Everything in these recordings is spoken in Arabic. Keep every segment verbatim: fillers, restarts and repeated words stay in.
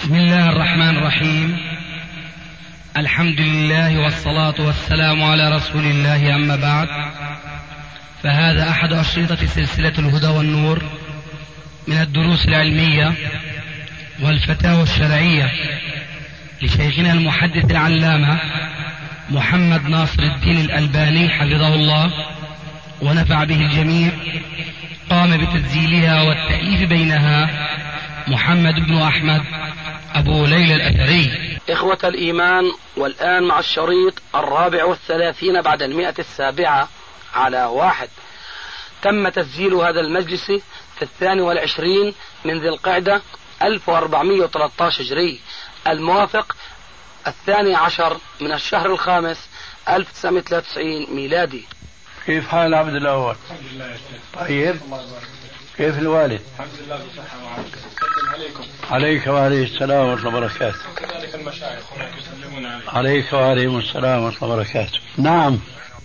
بسم الله الرحمن الرحيم. الحمد لله والصلاة والسلام على رسول الله، أما بعد، فهذا أحد أشرطة سلسلة الهدى والنور من الدروس العلمية والفتاوى الشرعية لشيخنا المحدث العلامة محمد ناصر الدين الألباني حفظه الله ونفع به الجميع. قام بتسجيلها والتأليف بينها محمد بن أحمد أبو ليلى الأثري. إخوة الإيمان، والآن مع الشريط الرابع والثلاثين بعد المئة السابعة على واحد. تم تسجيل هذا المجلس في الثاني والعشرين من ذي القعدة ألف وأربعمائة وثلاثة عشر هجري، الموافق الثاني عشر من الشهر الخامس ألف وتسعمائة وثلاثة وتسعين ميلادي. كيف حال عبد الأول؟ الحمد لله يا شيخ. طيب. كيف الوالد؟ الحمد لله بصحة وعافية. سلم عليكم. عليك وعليه السلام ورحمة الله وبركاته. وكذلك المشايخ هناك يسلمون عليك. عليك وعليهم السلام ورحمة الله وبركاته. نعم.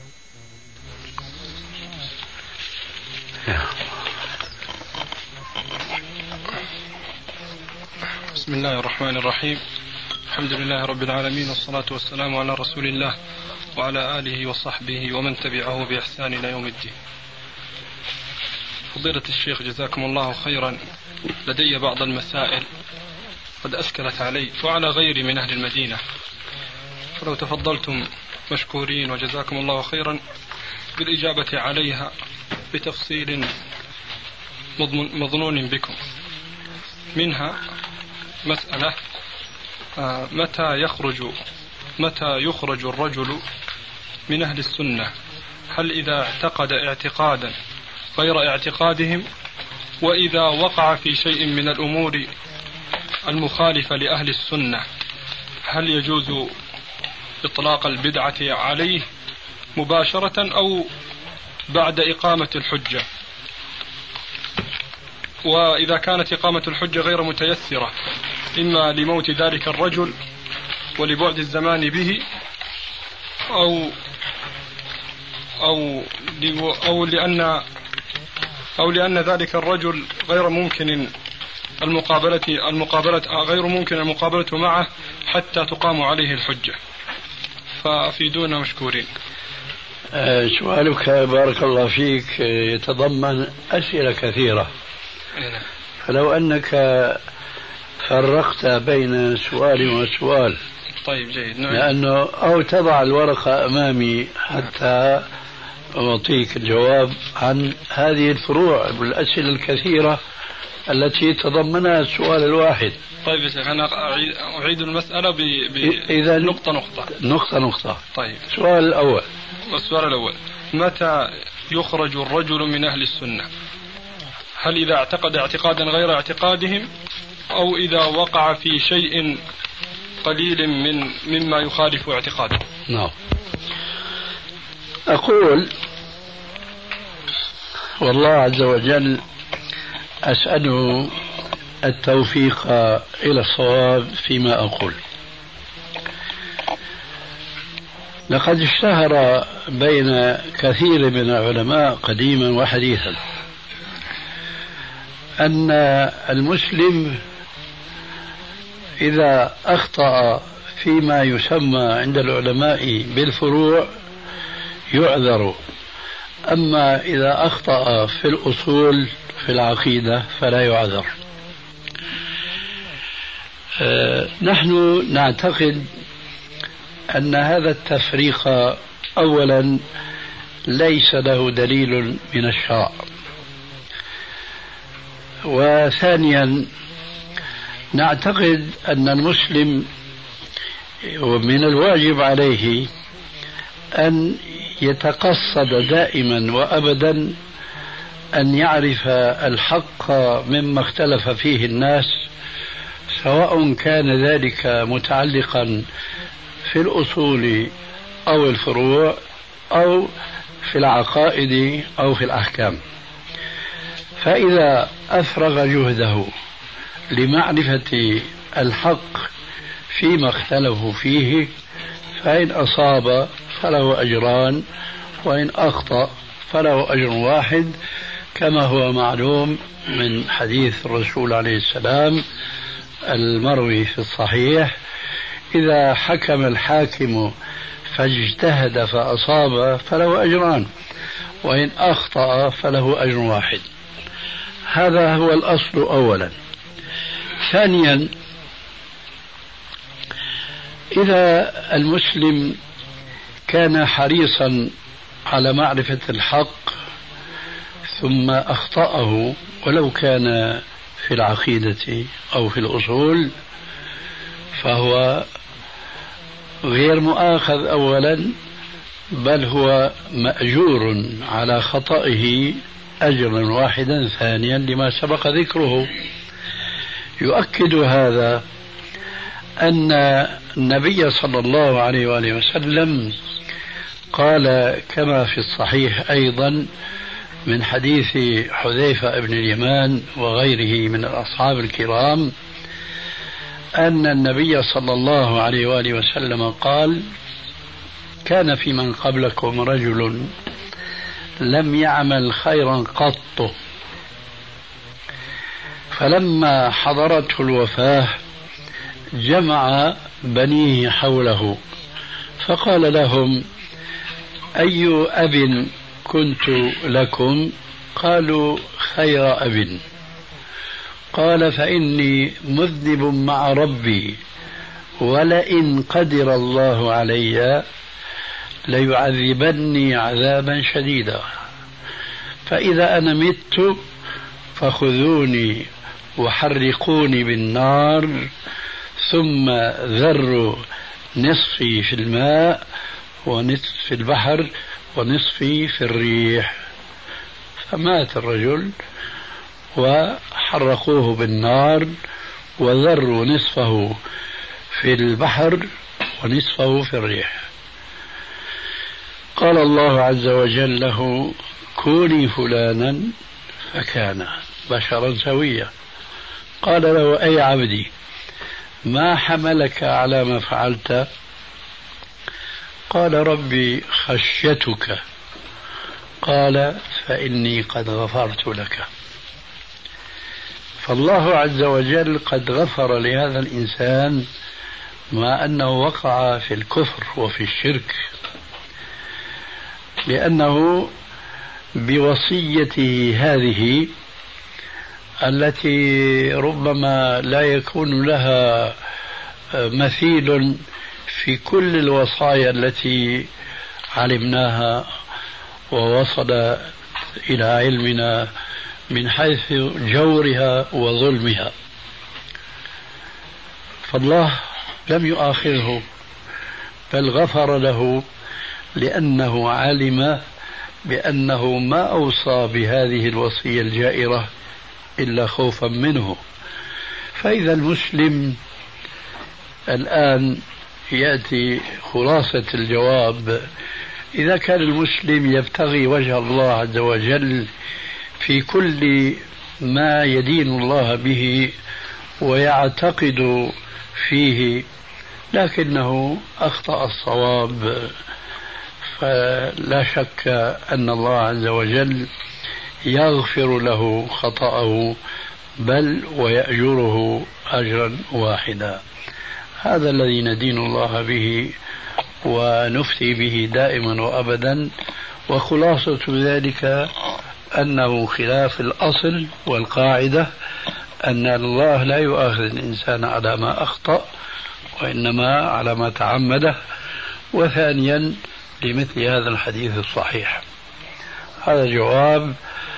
بسم الله الرحمن الرحيم. الحمد لله رب العالمين، والصلاة والسلام على رسول الله وعلى آله وصحبه ومن تبعه بإحسان إلى يوم الدين. فضيلة الشيخ جزاكم الله خيرا، لدي بعض المسائل قد أشكلت علي وعلى غيري من أهل المدينة، فلو تفضلتم مشكورين وجزاكم الله خيرا بالإجابة عليها بتفصيل مظنون بكم. منها مسألة آه متى يخرج متى يخرج الرجل من أهل السنة؟ هل إذا اعتقد اعتقادا غير اعتقادهم، وإذا وقع في شيء من الأمور المخالفة لأهل السنة هل يجوز إطلاق البدعة عليه مباشرة أو بعد إقامة الحجة؟ وإذا كانت إقامة الحجة غير متيسرة، إما لموت ذلك الرجل ولبعد الزمان به، أو أو أو لأن أو لأن ذلك الرجل غير ممكن المقابلة المقابلة غير ممكن المقابلة معه حتى تقام عليه الحجة، فأفيدونا مشكورين. أه سؤالك بارك الله فيك يتضمن أسئلة كثيرة، فلو أنك فرقت بين سؤال وسؤال. طيب جيد. لأنه أو تضع الورقة أمامي حتى أعطيك الجواب عن هذه الفروع والأسئلة الكثيرة التي تضمنها السؤال الواحد. طيب يا شيخ، أنا أعيد المسألة بنقطة نقطة نقطة نقطة. طيب. السؤال الأول. السؤال الأول: متى يخرج الرجل من أهل السنة؟ هل إذا اعتقد اعتقادا غير اعتقادهم، أو إذا وقع في شيء قليل من مما يخالف اعتقاده؟ نعم. أقول والله عز وجل أسأله التوفيق إلى الصواب فيما أقول. لقد اشتهر بين كثير من العلماء قديما وحديثا أن المسلم إذا أخطأ فيما يسمى عند العلماء بالفروع يعذر، أما إذا أخطأ في الأصول في العقيدة فلا يعذر. أه نحن نعتقد أن هذا التفريق أولا ليس له دليل من الشرع، وثانيا نعتقد أن المسلم ومن الواجب عليه أن يتقصد دائما وأبدا أن يعرف الحق مما اختلف فيه الناس، سواء كان ذلك متعلقا في الأصول أو الفروع أو في العقائد أو في الأحكام. فإذا أفرغ جهده لمعرفة الحق فيما اختلفوا فيه، فإن أصاب فله أجران، وإن أخطأ فله أجر واحد، كما هو معلوم من حديث الرسول عليه السلام: المروي في الصحيح: إذا حكم الحاكم فاجتهد فأصاب فله أجران، وإن أخطأ فله أجر واحد. هذا هو الأصل أولا. ثانيا، إذا المسلم كان حريصا على معرفة الحق ثم أخطأه ولو كان في العقيدة أو في الأصول، فهو غير مؤاخذ أولا، بل هو مأجور على خطئه أجرا واحدا ثانيا لما سبق ذكره. يؤكد هذا أن النبي صلى الله عليه وآله وسلم قال كما في الصحيح أيضا من حديث حذيفة بن اليمان وغيره من الأصحاب الكرام أن النبي صلى الله عليه وآله وسلم قال: كان في من قبلكم رجل لم يعمل خيرا قط، فلما حضرته الوفاة جمع بنيه حوله فقال لهم: أي أب كنت لكم؟ قالوا: خير أب. قال: فإني مذنب مع ربي، ولئن قدر الله علي ليعذبني عذابا شديدا، فإذا أنا مت فخذوني وحرقوني بالنار، ثم ذروا نصفي في الماء ونصف في البحر ونصفي في الريح. فمات الرجل وحرقوه بالنار وذروا نصفه في البحر ونصفه في الريح. قال الله عز وجل له: كوني فلانا فكان بشرا سويا. قال له: أي عبدي، ما حملك على ما فعلت؟ قال: ربي خشيتك. قال: فإني قد غفرت لك. فالله عز وجل قد غفر لهذا الإنسان مع أنه وقع في الكفر وفي الشرك، لأنه بوصيته هذه التي ربما لا يكون لها مثيل في كل الوصايا التي علمناها ووصل إلى علمنا من حيث جورها وظلمها، فالله لم يؤاخذه بل غفر له، لأنه علم بأنه ما أوصى بهذه الوصية الجائرة إلا خوفا منه. فإذا المسلم الآن يأتي خلاصة الجواب: إذا كان المسلم يبتغي وجه الله عز وجل في كل ما يدين الله به ويعتقد فيه لكنه أخطأ الصواب، فلا شك أن الله عز وجل يغفر له خطأه بل ويأجره أجرا واحدا. هذا الذي ندين الله به ونفتي به دائما وأبدا، وخلاصة ذلك أنه خلاف الأصل والقاعدة أن الله لا يؤاخذ الإنسان على ما أخطأ وإنما على ما تعمده. وثانيا لمثل هذا الحديث الصحيح. هذا جواب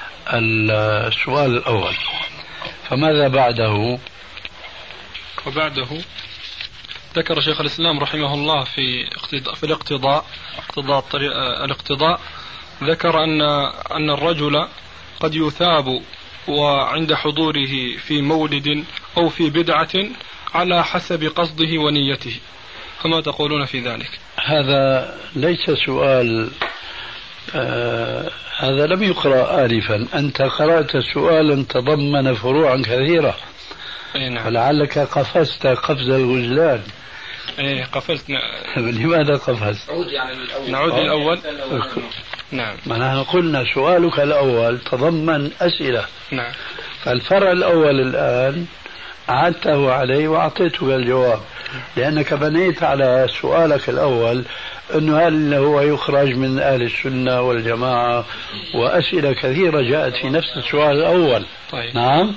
السؤال الأول. فماذا بعده؟ وبعده ذكر شيخ الإسلام رحمه الله في في الاقتضاء اقتضاء الاقتضاء ذكر أن أن الرجل قد يثاب وعند حضوره في مولد أو في بدعة على حسب قصده ونيته، فما تقولون في ذلك؟ هذا ليس سؤال، آه هذا لم يقرأ آلفا، أنت قرأت سؤالا تضمن فروعا كثيرة. نعم. فلعلك قفزت قفز الغزلان. ايه قفزت. لماذا قفزت؟ نعود للأول. نعم. ما نحن قلنا سؤالك الأول تضمن أسئلة. نعم. فالفرع الأول الآن عدته عليه وأعطيتك الجواب، لأنك بنيت على سؤالك الأول أنه هل هو يخرج من أهل السنة والجماعة، وأسئلة كثيرة جاءت في نفس السؤال الأول. طيب. نعم.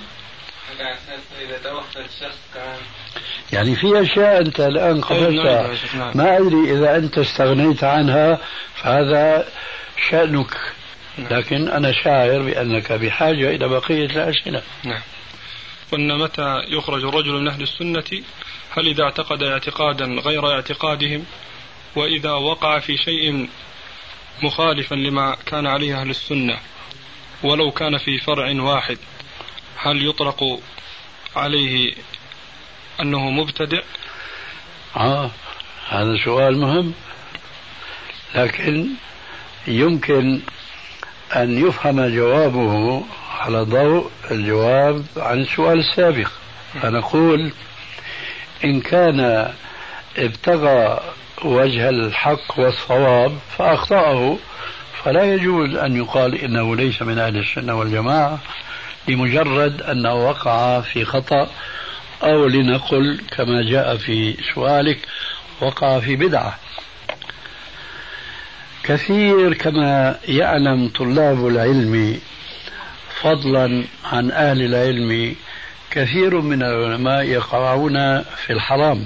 يعني في أشياء أنت الآن قبلتها ما أدري إذا أنت استغنيت عنها فهذا شأنك، لكن أنا شاعر بأنك بحاجة إلى بقية الأسئلة. نعم. قلنا متى يخرج الرجل من أهل السنة؟ هل إذا اعتقد اعتقادا غير اعتقادهم، وإذا وقع في شيء مخالفا لما كان عليه أهل السنة ولو كان في فرع واحد، هل يطلق عليه أنه مبتدع؟ آه هذا سؤال مهم، لكن يمكن أن يفهم جوابه على ضوء الجواب عن السؤال السابق. فنقول إن كان ابتغى وجه الحق والصواب فأخطأه فلا يجوز أن يقال إنه ليس من أهل السنة والجماعة لمجرد أنه وقع في خطأ، أو لنقل كما جاء في سؤالك وقع في بدعة. كثير كما يعلم طلاب العلم فضلا عن أهل العلم كثير من العلماء يقعون في الحرام،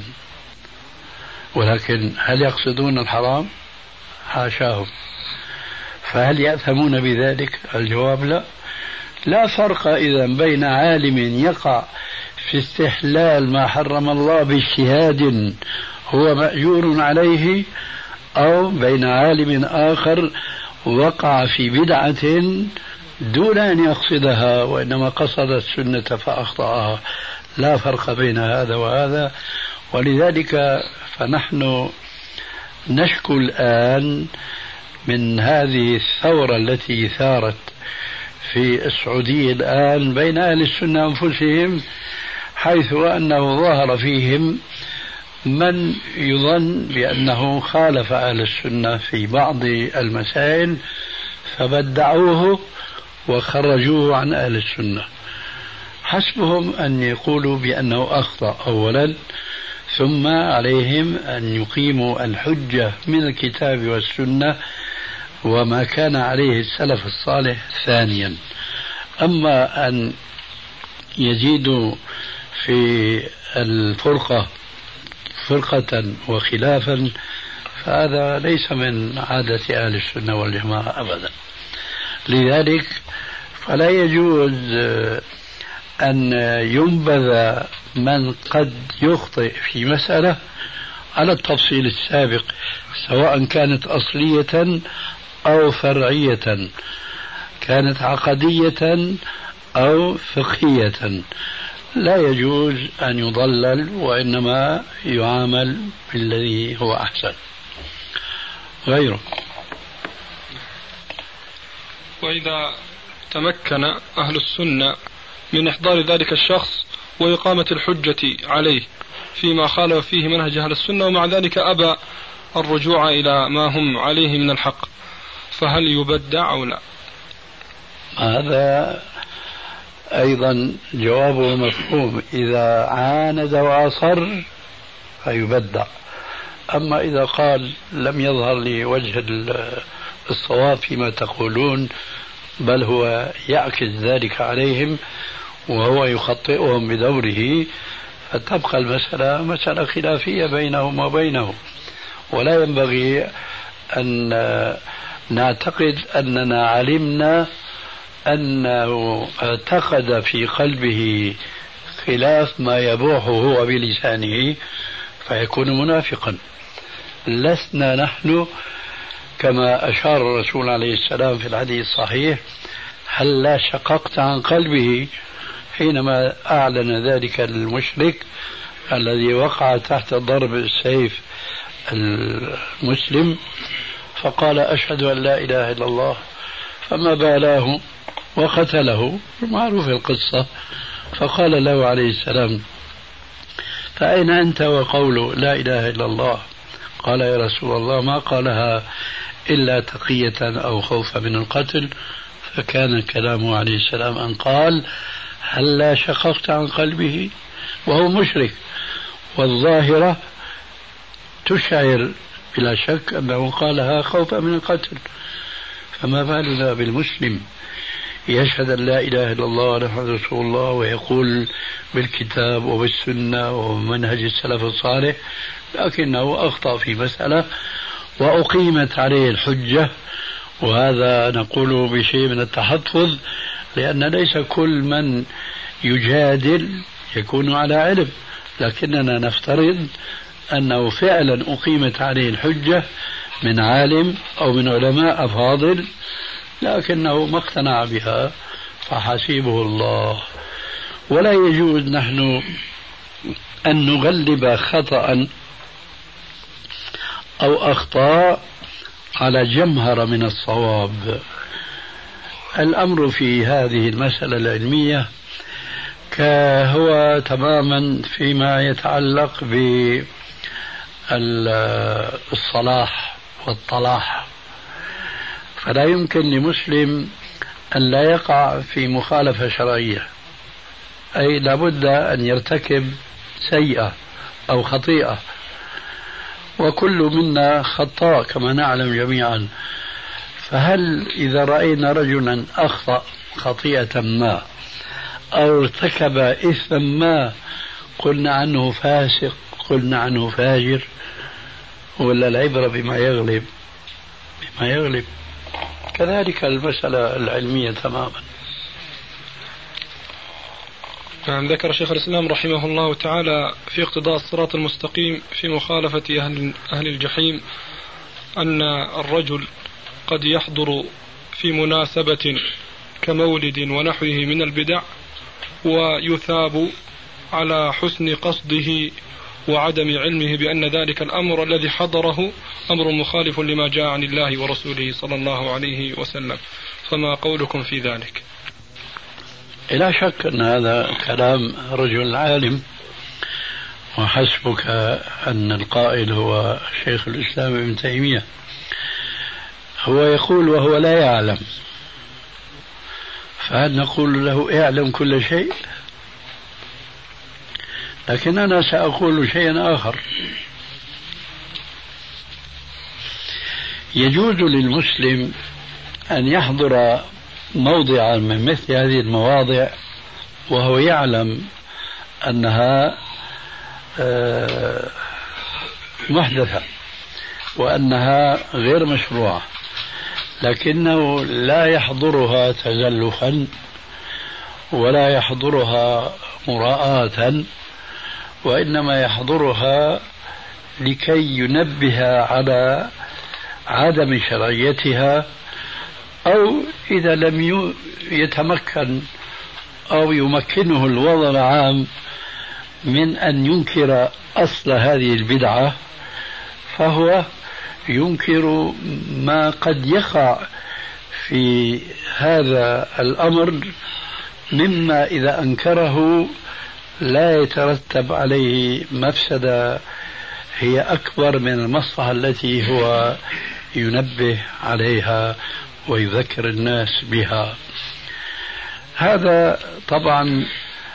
ولكن هل يقصدون الحرام؟ حاشاهم. فهل يأثمون بذلك؟ الجواب لا. لا فرق إذا بين عالم يقع في استحلال ما حرم الله باجتهاد هو مأجور عليه، أو بين عالم آخر وقع في بدعة دون أن يقصدها وإنما قصد السنة فأخطأها. لا فرق بين هذا وهذا. ولذلك فنحن نشكو الآن من هذه الثورة التي ثارت في السعودية الآن بين أهل السنة أنفسهم، حيث أنه ظهر فيهم من يظن بأنه خالف أهل السنة في بعض المسائل فبدعوه وخرجوه عن أهل السنة. حسبهم أن يقولوا بأنه أخطأ أولا، ثم عليهم أن يقيموا الحجة من الكتاب والسنة وما كان عليه السلف الصالح ثانيا. أما أن يزيدوا في الفرقة فرقة وخلافا فهذا ليس من عادة أهل السنة والجماعة أبدا. لذلك فلا يجوز أن ينبذ من قد يخطئ في مسألة على التفصيل السابق، سواء كانت أصلية أو فرعية، كانت عقدية أو فقهية. لا يجوز أن يضلل، وإنما يعامل بالذي هو أحسن غيره. وإذا تمكن أهل السنة من إحضار ذلك الشخص وإقامة الحجة عليه فيما خالف فيه منهج أهل السنة، ومع ذلك أبى الرجوع إلى ما هم عليه من الحق، فهل يبدع أو لا؟ هذا أيضا جوابه مفهوم. إذا عاند وأصر فيبدع. أما إذا قال لم يظهر لي وجه الصواب فيما تقولون، بل هو يعكس ذلك عليهم وهو يخطئهم بدوره، فتبقى المسألة مسألة خلافية بينهم وبينه. ولا ينبغي أن نعتقد أننا علمنا أنه اعتقد في قلبه خلاف ما يبوح هو بلسانه فيكون منافقا. لسنا نحن كما أشار الرسول عليه السلام في الحديث الصحيح: هل لا شققت عن قلبه، حينما أعلن ذلك المشرك الذي وقع تحت ضرب السيف المسلم فقال: أشهد أن لا إله إلا الله، فما بالاه وقتله، معروف القصة. فقال له عليه السلام: فأين أنت وقول لا إله إلا الله؟ قال: يا رسول الله ما قالها إلا تقية أو خوفا من القتل. فكان كلامه عليه السلام أن قال: هل لا شققت عن قلبه؟ وهو مشرك، والظاهرة تشعر بلا شك أنه قالها خوفا من القتل، فما بالنا بالمسلم يشهد أن لا إله إلا الله وأن رسول الله ويقول بالكتاب وبالسنة ومنهج السلف الصالح، لكنه أخطأ في مسألة وأقيمت عليه الحجة. وهذا نقول بشيء من التحفظ، لأن ليس كل من يجادل يكون على علم، لكننا نفترض أنه فعلا أقيمت عليه الحجة من عالم أو من علماء أفاضل، لكنه ما اقتنع بها فحسيبه الله. ولا يجوز نحن أن نغلب خطأ أو أخطاء على جمهرة من الصواب. الأمر في هذه المسألة العلمية هو تماما فيما يتعلق بالصلاح والطلاح، فلا يمكن لمسلم أن لا يقع في مخالفة شرعية، أي لابد أن يرتكب سيئة أو خطيئة، وكل منا خطاء كما نعلم جميعا. فهل إذا رأينا رجلا أخطأ خطيئة ما أو ارتكب إثما ما قلنا عنه فاسق، قلنا عنه فاجر، ولا العبرة بما يغلب بما يغلب؟ كذلك المسألة العلمية تماما. نعم. ذكر شيخ الإسلام رحمه الله تعالى في اقتضاء الصراط المستقيم في مخالفة أهل, أهل الجحيم أن الرجل قد يحضر في مناسبة كمولد ونحوه من البدع ويثاب على حسن قصده وعدم علمه بأن ذلك الأمر الذي حضره أمر مخالف لما جاء عن الله ورسوله صلى الله عليه وسلم، فما قولكم في ذلك؟ لا شك أن هذا كلام رجل عالم، وحسبك أن القائل هو شيخ الإسلام ابن تيمية، هو يقول وهو لا يعلم، فهل نقول له اعلم كل شيء؟ لكن أنا سأقول شيئا آخر. يجوز للمسلم أن يحضر موضعا من مثل هذه المواضع وهو يعلم أنها محدثة وأنها غير مشروعة، لكنه لا يحضرها تزلفا ولا يحضرها مراءة، وإنما يحضرها لكي ينبه على عدم شرعيتها، أو إذا لم يتمكن أو يمكنه الوضع العام من أن ينكر أصل هذه البدعة، فهو ينكر ما قد يقع في هذا الأمر مما إذا أنكره لا يترتب عليه مفسدة هي أكبر من المصلحة التي هو ينبه عليها ويذكر الناس بها. هذا طبعا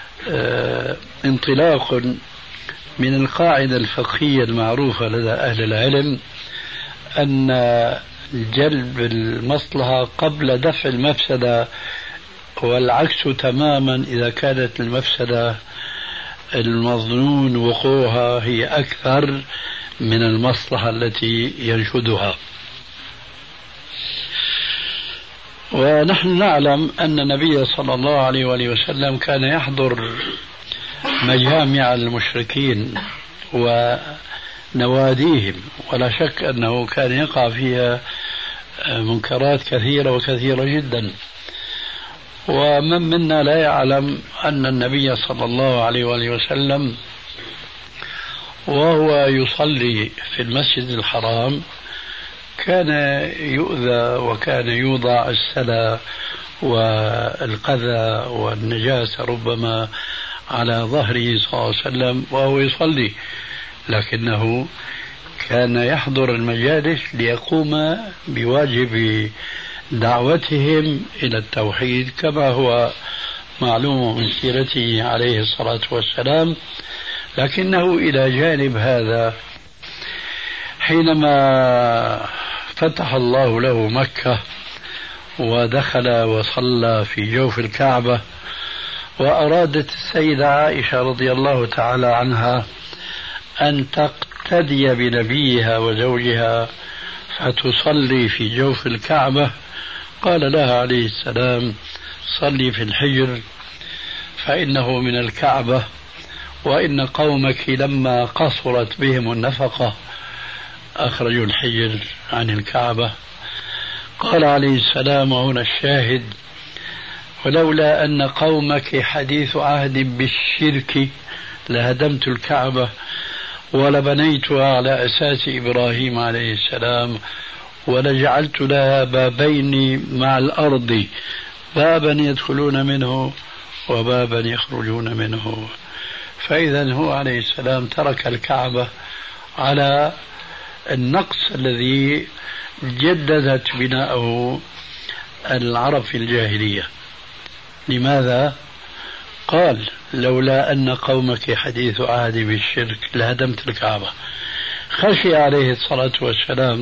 انطلاق من القاعدة الفقهية المعروفة لدى أهل العلم أن جلب المصلحة قبل دفع المفسدة، والعكس تماما إذا كانت المفسدة المظنون وقوعها هي أكثر من المصلحة التي ينشدها. ونحن نعلم أن النبي صلى الله عليه وآله وسلم كان يحضر مجامع المشركين ونواديهم، ولا شك أنه كان يقع فيها منكرات كثيرة وكثيرة جدا. ومن منا لا يعلم أن النبي صلى الله عليه وآله وسلم وهو يصلي في المسجد الحرام كان يؤذى وكان يوضع السلى والقذى والنجاسة ربما على ظهره صلى الله عليه وسلم وهو يصلي، لكنه كان يحضر المجالس ليقوم بواجب دعوتهم إلى التوحيد كما هو معلومة من سيرته عليه الصلاة والسلام. لكنه إلى جانب هذا حينما فتح الله له مكة ودخل وصلى في جوف الكعبة، وأرادت السيدة عائشة رضي الله تعالى عنها أن تقتدي بنبيها وزوجها فتصلي في جوف الكعبة، قال لها عليه السلام: صلي في الحجر فإنه من الكعبة، وإن قومك لما قصرت بهم النفقة أخرجوا الحجر عن الكعبة. قال عليه السلام، وهنا الشاهد: ولولا أن قومك حديث عهد بالشرك لهدمت الكعبة ولبنيتها على أساس إبراهيم عليه السلام ولجعلت لها بابين مع الأرض، بابا يدخلون منه وبابا يخرجون منه. فإذا هو عليه السلام ترك الكعبة على النقص الذي جددت بناءه العرب في الجاهلية. لماذا؟ قال: لولا أن قومك حديث عهد بالشرك لهدمت الكعبة. خشي عليه الصلاة والسلام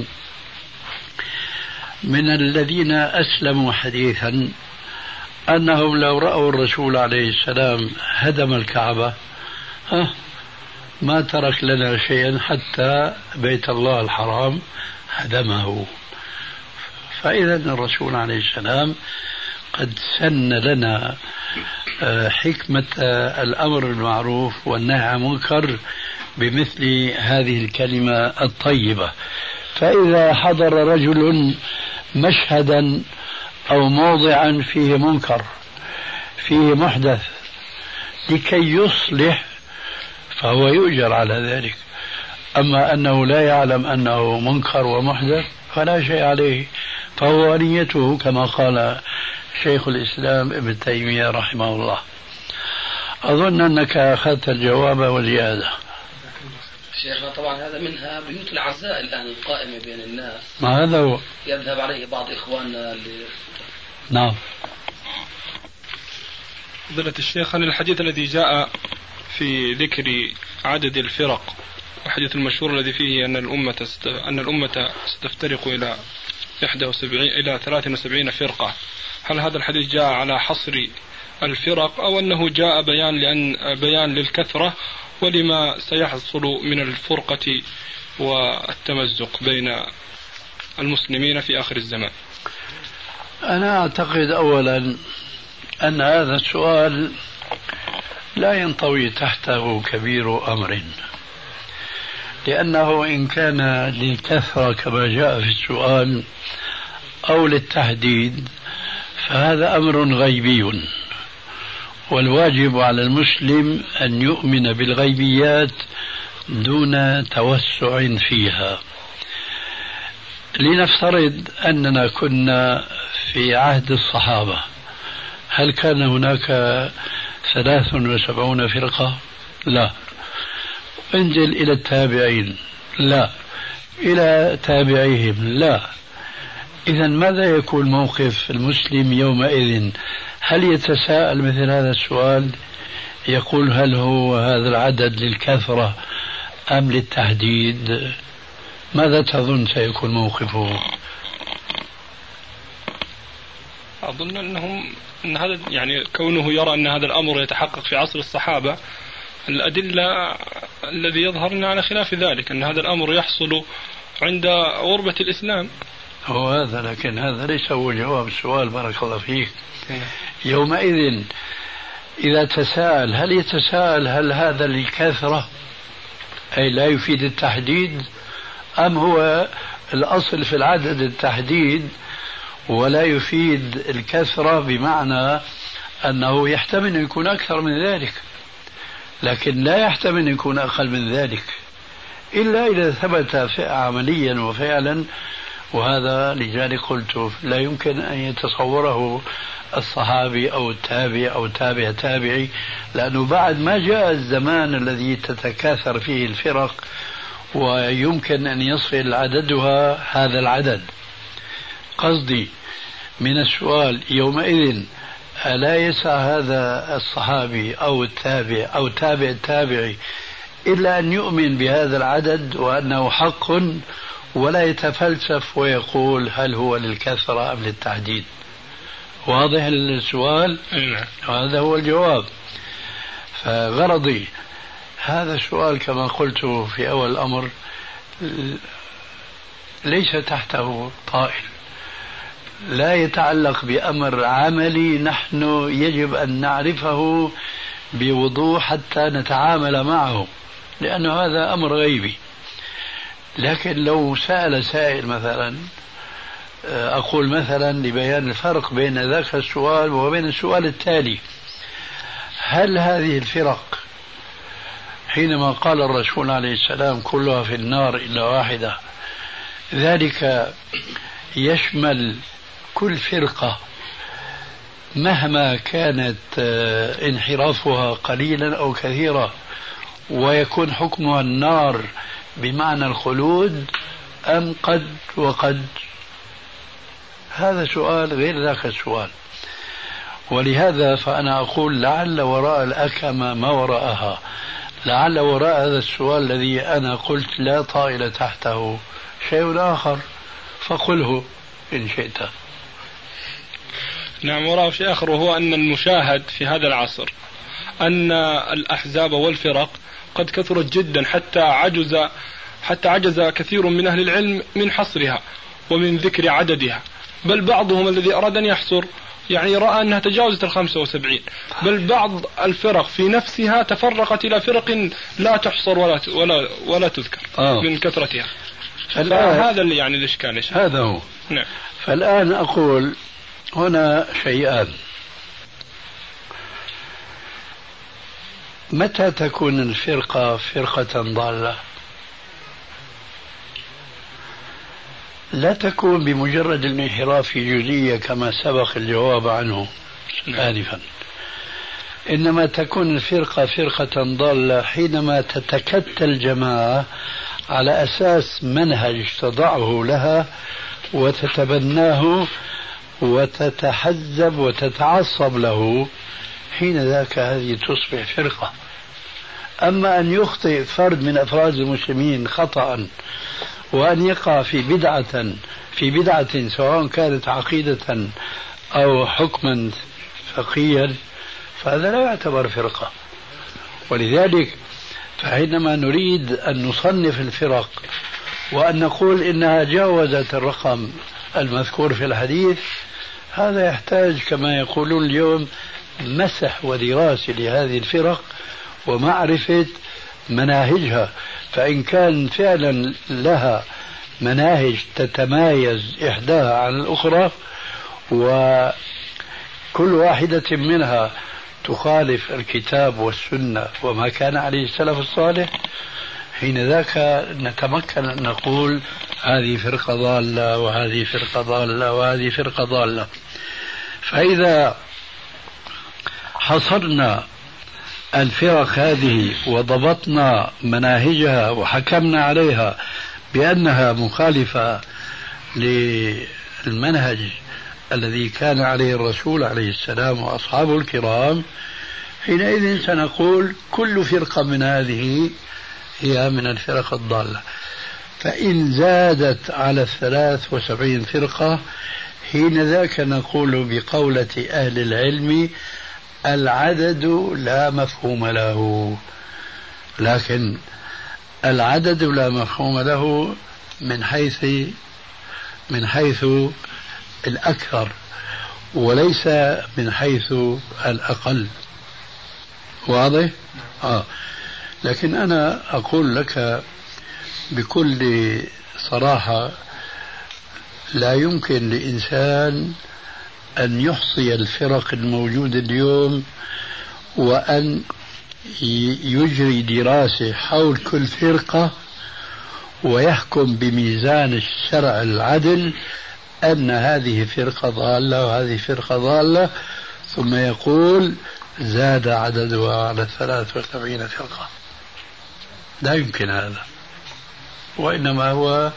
من الذين أسلموا حديثا أنهم لو رأوا الرسول عليه السلام هدم الكعبة ما ترك لنا شيئا حتى بيت الله الحرام هدمه. فإذا الرسول عليه السلام قد سن لنا حكمة الأمر بالمعروف والنهي عن المنكر بمثل هذه الكلمة الطيبة. فإذا حضر رجل مشهدا أو موضعا فيه منكر فيه محدث لكي يصلح فهو يؤجر على ذلك. أما أنه لا يعلم أنه منكر ومحدث فلا شيء عليه، فهو نيته كما قال شيخ الإسلام ابن تيمية رحمه الله. أظن أنك أخذت الجواب وزيادة. شيخنا طبعا هذا منها بيوت العزاء الآن القائمة بين الناس، ما هذا هو يذهب عليه بعض إخواننا اللي... نعم. فضيلة الشيخ، عن الحديث الذي جاء في ذكر عدد الفرق، الحديث المشهور الذي فيه أن الأمة ست... أن الأمة ستفترق إلى إحدى وسبعين إلى ثلاث وسبعين فرقة، هل هذا الحديث جاء على حصر الفرق أو أنه جاء بيان لأن بيان للكثرة ولما سيحصل من الفرقة والتمزق بين المسلمين في آخر الزمان؟ أنا أعتقد أولا أن هذا السؤال لا ينطوي تحته كبير أمر، لأنه إن كان للكثرة كما جاء في السؤال أو للتحديد فهذا أمر غيبي، والواجب على المسلم أن يؤمن بالغيبيات دون توسع فيها. لنفترض أننا كنا في عهد الصحابة، هل كان هناك ثلاث وسبعون فرقة؟ لا. انزل إلى التابعين؟ لا. إلى تابعيهم؟ لا. إذا ماذا يكون موقف المسلم يومئذ؟ هل يتساءل مثل هذا السؤال يقول هل هو هذا العدد للكثرة أم للتحديد؟ ماذا تظن سيكون موقفه؟ أظن أنهم أن هذا يعني كونه يرى أن هذا الأمر يتحقق في عصر الصحابة، الأدلة الذي يظهر على خلاف ذلك، أن هذا الأمر يحصل عند غربة الإسلام. هو هذا، لكن هذا ليس هو جواب السؤال. بارك الله فيك. يومئذ إذا تساءل هل يتساءل هل هذا للكثرة أي لا يفيد التحديد، أم هو الأصل في العدد التحديد ولا يفيد الكثرة، بمعنى أنه يحتمل أن يكون أكثر من ذلك لكن لا يحتمل أن يكون أقل من ذلك إلا إذا ثبت عمليا وفعلا. وهذا لذلك قلت لا يمكن أن يتصوره الصحابي أو التابع أو تابع تابعي، لأنه بعد ما جاء الزمان الذي تتكاثر فيه الفرق ويمكن أن يصل عددها هذا العدد. قصدي من السؤال يومئذ ألا يسع هذا الصحابي أو التابع أو تابع التابعي إلا أن يؤمن بهذا العدد وأنه حق ولا يتفلسف ويقول هل هو للكثرة أم للتعديد؟ واضح السؤال؟ هذا هو الجواب. فغرضي هذا السؤال كما قلت في أول الأمر ليس تحته طائل، لا يتعلق بأمر عملي نحن يجب أن نعرفه بوضوح حتى نتعامل معه، لأنه هذا أمر غيبي. لكن لو سأل سائل مثلا، أقول مثلا لبيان الفرق بين ذاك السؤال وبين السؤال التالي: هل هذه الفرق حينما قال الرسول عليه السلام كلها في النار إلا واحدة، ذلك يشمل كل فرقة مهما كانت انحرافها قليلا أو كثيرا ويكون حكمها النار بمعنى الخلود، أم قد وقد؟ هذا سؤال غير ذاك السؤال. ولهذا فأنا أقول لعل وراء الأكمة ما وراءها، لعل وراء هذا السؤال الذي أنا قلت لا طائل تحته شيء آخر، فقله إن شئت. نعم، وراء شيء آخر، وهو أن المشاهد في هذا العصر أن الأحزاب والفرق قد كثرت جدا حتى عجز حتى عجز كثير من أهل العلم من حصرها ومن ذكر عددها، بل بعضهم الذي أراد أن يحصر يعني رأى أنها تجاوزت الخمسة وسبعين، بل بعض الفرق في نفسها تفرقت إلى فرق لا تحصر ولا ولا ولا تذكر آه. من كثرتها. هذا اللي يعني الإشكال. هذا هو. نعم. فالآن أقول هنا شيئان: متى تكون الفرقة فرقة ضالة؟ لا تكون بمجرد الانحراف في جزئية كما سبق الجواب عنه آنفا، إنما تكون الفرقة فرقة ضالة حينما تتكتل الجماعة على أساس منهج تضعه لها وتتبناه وتتحزب وتتعصب له، حين ذاك هذه تصبح فرقة. أما أن يخطئ فرد من أفراد المسلمين خطأ وأن يقع في بدعة في بدعة سواء كانت عقيدة أو حكما فقهيا، فهذا لا يعتبر فرقة. ولذلك فحينما نريد أن نصنف الفرق وأن نقول إنها جاوزت الرقم المذكور في الحديث، هذا يحتاج كما يقولون اليوم مسح ودراسة لهذه الفرق ومعرفة مناهجها، فإن كان فعلا لها مناهج تتمايز إحداها عن الأخرى وكل واحدة منها تخالف الكتاب والسنة وما كان عليه السلف الصالح، حين ذاك نتمكن أن نقول هذه فرقة ضالة وهذه فرقة ضالة وهذه فرقة ضالة. فإذا حصرنا الفرق هذه وضبطنا مناهجها وحكمنا عليها بأنها مخالفة للمنهج الذي كان عليه الرسول عليه السلام وأصحابه الكرام، حينئذ سنقول كل فرقة من هذه هي من الفرق الضالة. فإن زادت على الثلاث وسبعين فرقة، حين ذاك نقول بقولة أهل العلم العدد لا مفهوم له، لكن العدد لا مفهوم له من حيث من حيث الأكثر وليس من حيث الأقل. واضح؟ آه. لكن أنا أقول لك بكل صراحة لا يمكن لإنسان أن يحصي الفرق الموجودة اليوم وأن يجري دراسة حول كل فرقة ويحكم بميزان الشرع العدل أن هذه فرقة ضالة وهذه فرقة ضالة، ثم يقول زاد عددها على ثلاث وسبعين فرقة. لا يمكن هذا، وإنما هو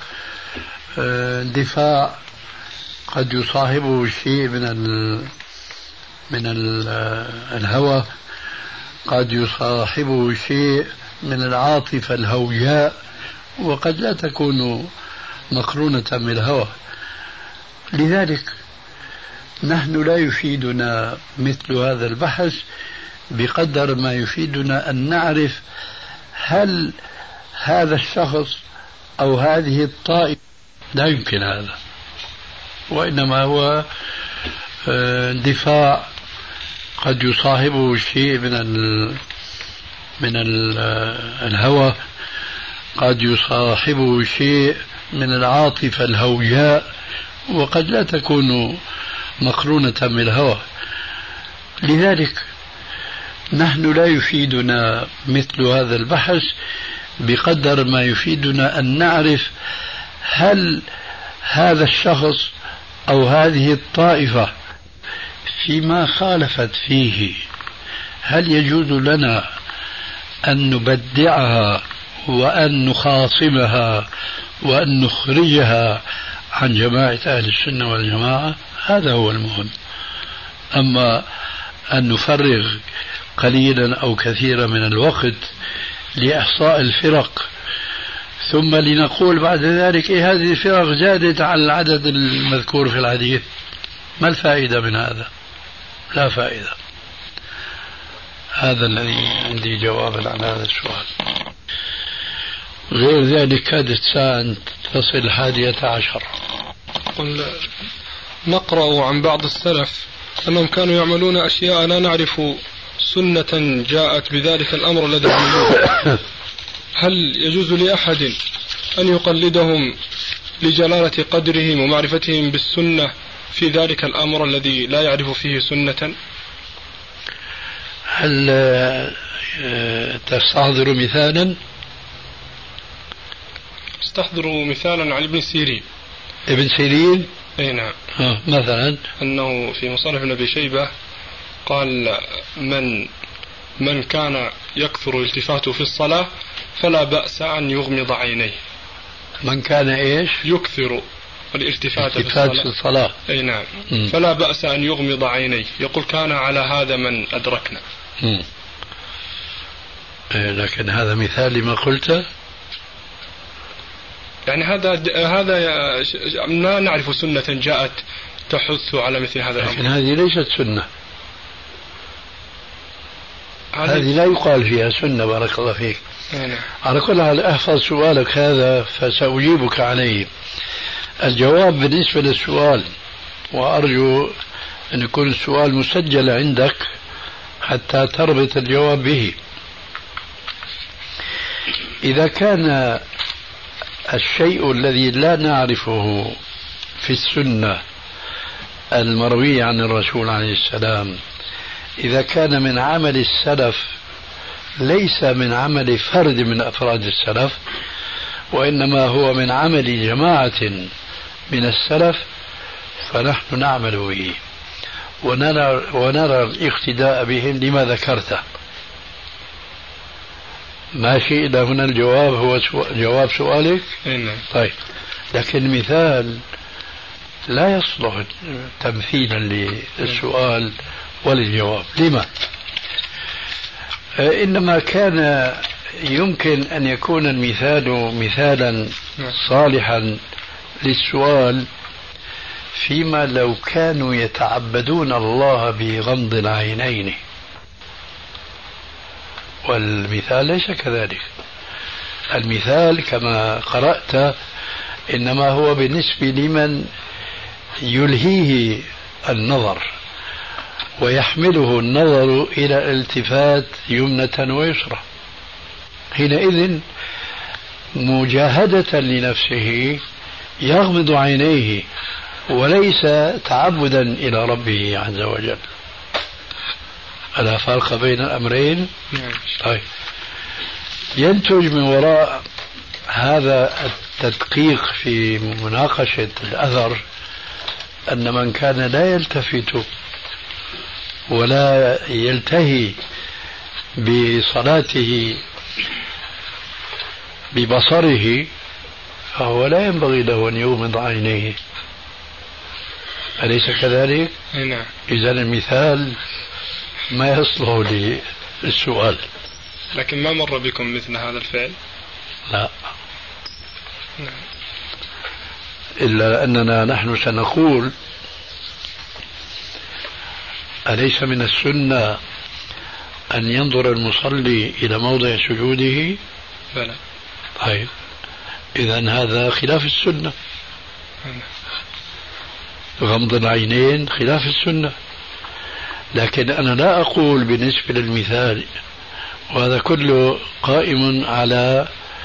دفاع قد يصاحبه شيء من من الهوى قد يصاحبه شيء من العاطفة الهوياء، وقد لا تكون مقرونة بالهوى. لذلك نحن لا يفيدنا مثل هذا البحث بقدر ما يفيدنا أن نعرف هل هذا الشخص أو هذه الطائفة. لا يمكن هذا، وإنما هو دفاع قد يصاحبه شيء من ال من ال الهوى، قد يصاحبه شيء من العاطفة الهوياء، وقد لا تكون مقرونة بالهوى. لذلك نحن لا يفيدنا مثل هذا البحث بقدر ما يفيدنا أن نعرف هل هذا الشخص أو هذه الطائفة فيما خالفت فيه هل يجوز لنا أن نبدعها وأن نخاصمها وأن نخرجها عن جماعة أهل السنة والجماعة. هذا هو المهم. أما أن نفرغ قليلا أو كثيرا من الوقت لإحصاء الفرق ثم لنقول بعد ذلك إيه هذه الفرق زادت على العدد المذكور في الحديث، ما الفائدة من هذا؟ لا فائدة. هذا الذي عندي جوابا عن هذا السؤال. غير ذلك كادت ساعة تصل الحادية عشر. قل نقرأ عن بعض السلف أنهم كانوا يعملون أشياء لا نعرف سنة جاءت بذلك الأمر الذي عملوه. هل يجوز لأحد أن يقلدهم لجلالة قدرهم ومعرفتهم بالسنة في ذلك الأمر الذي لا يعرف فيه سنة؟ هل تستحضر مثالا؟ استحضر مثالا عن ابن سيرين. ابن سيرين؟ أي نعم. آه مثلا أنه في مصنف ابن أبي شيبة قال من من كان يكثر التفاته في الصلاة فلا بأس أن يغمض عينيه. من كان إيش؟ يكثر الالتفات في الصلاة. الصلاة. الصلاة. أي نعم. م. فلا بأس أن يغمض عينيه. يقول كان على هذا من أدركنا. م. لكن هذا مثال لما قلته. يعني هذا هذا لا نعرف سنة جاءت تحث على مثل هذا الأمر. لكن هذه ليست سنة. هذه لا يقال فيها سنة. بارك الله فيك. نعم. على كل حال احفظ سؤالك هذا فسأجيبك عليه. الجواب بالنسبة للسؤال، وأرجو أن يكون السؤال مسجل عندك حتى تربط الجواب به. إذا كان الشيء الذي لا نعرفه في السنة المروية عن الرسول عليه السلام إذا كان من عمل السلف ليس من عمل فرد من أفراد السلف، وإنما هو من عمل جماعة من السلف، فنحن نعمل به ونرى, ونرى الاقتداء بهم لما ذكرته. ماشي إلى هنا الجواب هو جواب سؤالك؟ طيب، لكن المثال لا يصلح تمثيلا للسؤال وللجواب. لما؟ إنما كان يمكن أن يكون المثال مثالا صالحا للسؤال فيما لو كانوا يتعبدون الله بغمض العينين، والمثال ليس كذلك. المثال كما قرأت إنما هو بالنسبة لمن يلهيه النظر ويحمله النظر إلى الالتفات يمنة ويسرى، حينئذ مجاهدة لنفسه يغمض عينيه وليس تعبدا إلى ربه عز وجل. ألا فرق بين الأمرين؟ طيب، ينتج من وراء هذا التدقيق في مناقشة الأثر أن من كان لا يلتفت ولا يلتهي بصلاته ببصره فهو لا ينبغي له أن يغمض عينيه. أليس كذلك؟ نعم. إذن المثال ما يصلح للسؤال. لكن ما مر بكم مثل هذا الفعل؟ لا. نعم. إلا أننا نحن سنقول أليس من السنة أن ينظر المصلي إلى موضع سجوده؟ بلى. طيب إذن هذا خلاف السنة. غمض العينين خلاف السنة. لكن أنا لا أقول بالنسبة للمثال، وهذا كله قائم على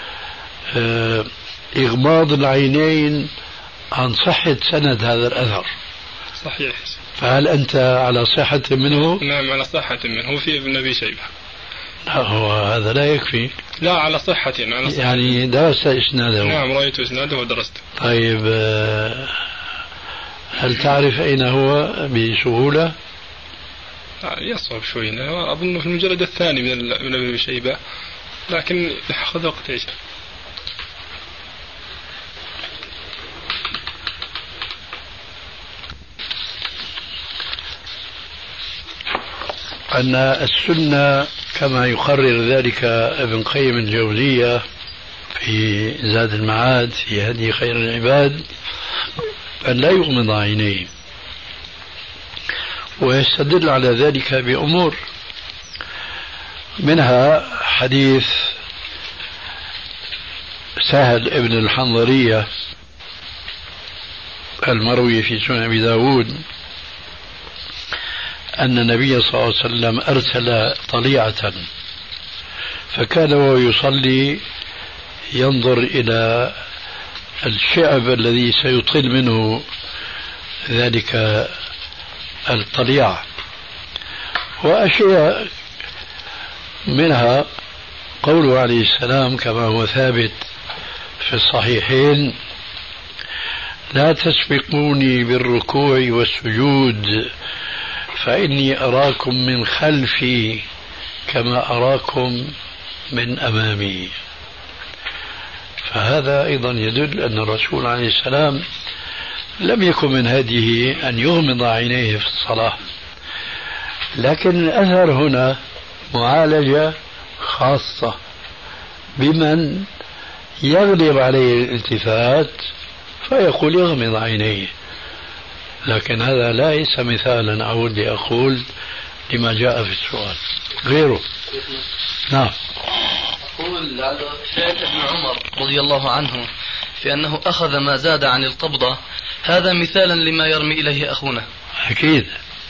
إغماض العينين عن صحة سند هذا الأثر. صحيح. فهل أنت على صحة منه؟ نعم على صحة منه. هو في ابن أبي شيبة. لا هو هذا لا يكفي. لا على صحة, على صحة. يعني درست إسناده؟ نعم رأيت إسناده ودرسته. طيب هل تعرف أين هو بسهولة؟ يصعب شوي. أظن في المجلد الثاني من ابن أبي شيبة، لكن أخذ وقت إيش. أن السنة كما يقرر ذلك ابن قيم الجوزية في زاد المعاد في هدي خير العباد أن لا يغمض عينيه، ويستدل على ذلك بأمور، منها حديث سهل ابن الحنظلية المروي في سنن أبي داود أن النبي صلى الله عليه وسلم أرسل طليعة فكان وهو يصلي ينظر إلى الشعب الذي سيطل منه ذلك الطليعة، وأشياء منها قوله عليه السلام كما هو ثابت في الصحيحين: لا تسبقوني بالركوع والسجود فإني أراكم من خلفي كما أراكم من أمامي. فهذا أيضا يدل أن الرسول عليه السلام لم يكن من هديه أن يغمض عينيه في الصلاة، لكن الأثر هنا معالجة خاصة بمن يغلب عليه الالتفات فيقول يغمض عينيه، لكن هذا ليس مثالا أعود لأقول لما جاء في السؤال غيره. نعم. يقول فعل ابن عمر رضي الله عنه في أنه أخذ ما زاد عن القبضة، هذا مثالا لما يرمي إليه أخونا. أكيد